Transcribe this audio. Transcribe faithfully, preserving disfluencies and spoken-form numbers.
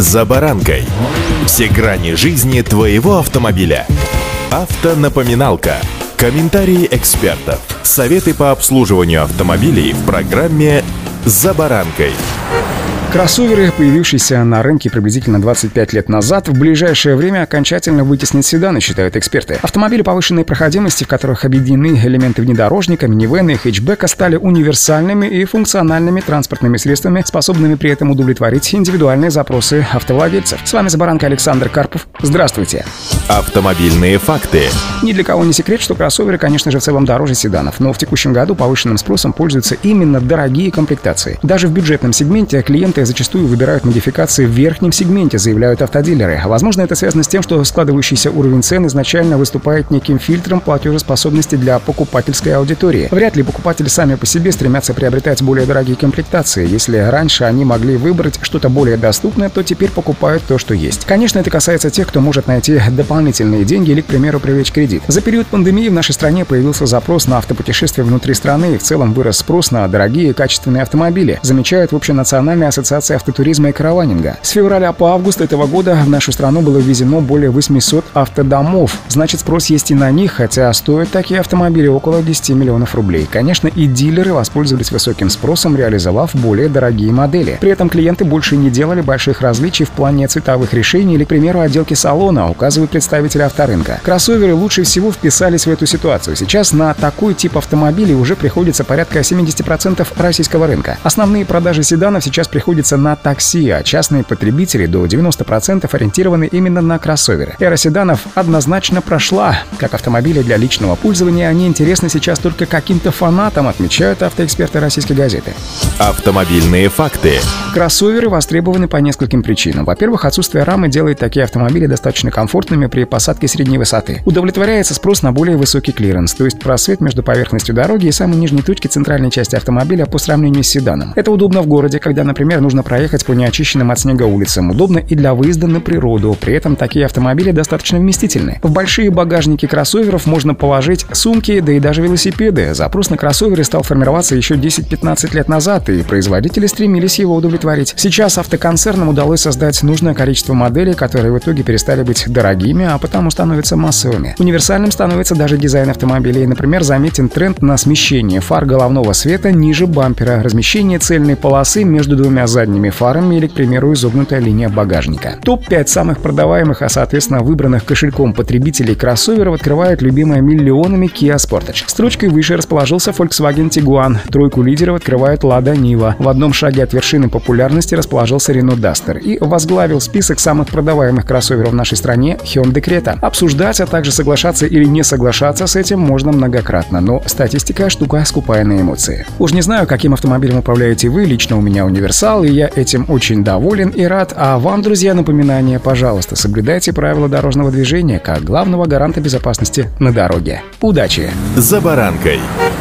«За баранкой». Все грани жизни твоего автомобиля. Автонапоминалка. Комментарии экспертов. Советы по обслуживанию автомобилей в программе «За баранкой». Кроссоверы, появившиеся на рынке приблизительно двадцать пять лет назад, в ближайшее время окончательно вытеснят седаны, считают эксперты. Автомобили повышенной проходимости, в которых объединены элементы внедорожника, минивэна и хэтчбека, стали универсальными и функциональными транспортными средствами, способными при этом удовлетворить индивидуальные запросы автовладельцев. С вами «За баранкой» Александр Карпов. Здравствуйте. Автомобильные факты. Ни для кого не секрет, что кроссоверы, конечно же, в целом дороже седанов, но в текущем году повышенным спросом пользуются именно дорогие комплектации. Даже в бюджетном сегменте клиенты зачастую выбирают модификации в верхнем сегменте, заявляют автодилеры. Возможно, это связано с тем, что складывающийся уровень цен изначально выступает неким фильтром платежеспособности для покупательской аудитории. Вряд ли покупатели сами по себе стремятся приобретать более дорогие комплектации. Если раньше они могли выбрать что-то более доступное, то теперь покупают то, что есть. Конечно, это касается тех, кто может найти дополнительные деньги или, к примеру, привлечь кредит. За период пандемии в нашей стране появился запрос на автопутешествия внутри страны, и в целом вырос спрос на дорогие качественные автомобили, замечают в Общенациональной ассоциации автотуризма и караванинга. С февраля по август этого года в нашу страну было ввезено более восьмисот автодомов. Значит, спрос есть и на них, хотя стоят такие автомобили около десяти миллионов рублей. Конечно, и дилеры воспользовались высоким спросом, реализовав более дорогие модели. При этом клиенты больше не делали больших различий в плане цветовых решений или, к примеру, отделки салона, указывают представители авторынка. Кроссоверы лучше всего вписались в эту ситуацию. Сейчас на такой тип автомобилей уже приходится порядка семьдесят процентов российского рынка. Основные продажи седанов сейчас приходятся на такси, а частные потребители до девяноста процентов ориентированы именно на кроссоверы. Эра седанов однозначно прошла. Как автомобили для личного пользования, они интересны сейчас только каким-то фанатам, отмечают автоэксперты российской газеты. Автомобильные факты. Кроссоверы востребованы по нескольким причинам. Во-первых, отсутствие рамы делает такие автомобили достаточно комфортными при посадке средней высоты. Удовлетворяется спрос на более высокий клиренс, то есть просвет между поверхностью дороги и самой нижней точки центральной части автомобиля по сравнению с седаном. Это удобно в городе, когда, например, нужно проехать по неочищенным от снега улицам. Удобно и для выезда на природу. При этом такие автомобили достаточно вместительны. В большие багажники кроссоверов можно положить сумки, да и даже велосипеды. Запрос на кроссоверы стал формироваться еще десять-пятнадцать лет назад, и производители стремились его удовлетворить. Сейчас автоконцернам удалось создать нужное количество моделей, которые в итоге перестали быть дорогими, а потому становятся массовыми. Универсальным становится даже дизайн автомобилей. Например, заметен тренд на смещение фар головного света ниже бампера, размещение цельной полосы между двумя задними фарами или, к примеру, изогнутая линия багажника. топ пять самых продаваемых, а соответственно выбранных кошельком потребителей кроссоверов открывает любимая миллионами Kia Sportage. Строчкой выше расположился Volkswagen Tiguan. Тройку лидеров открывает Lada Niva. В одном шаге от вершины популярности расположился Renault Duster. И возглавил список самых продаваемых кроссоверов в нашей стране Hyundai Creta. Обсуждать, а также соглашаться или не соглашаться с этим можно многократно, но статистика — штука скупая на эмоции. Уж не знаю, каким автомобилем управляете вы, лично у меня универсал, и я этим очень доволен и рад. А вам, друзья, напоминание: пожалуйста, соблюдайте правила дорожного движения как главного гаранта безопасности на дороге. Удачи! «За баранкой».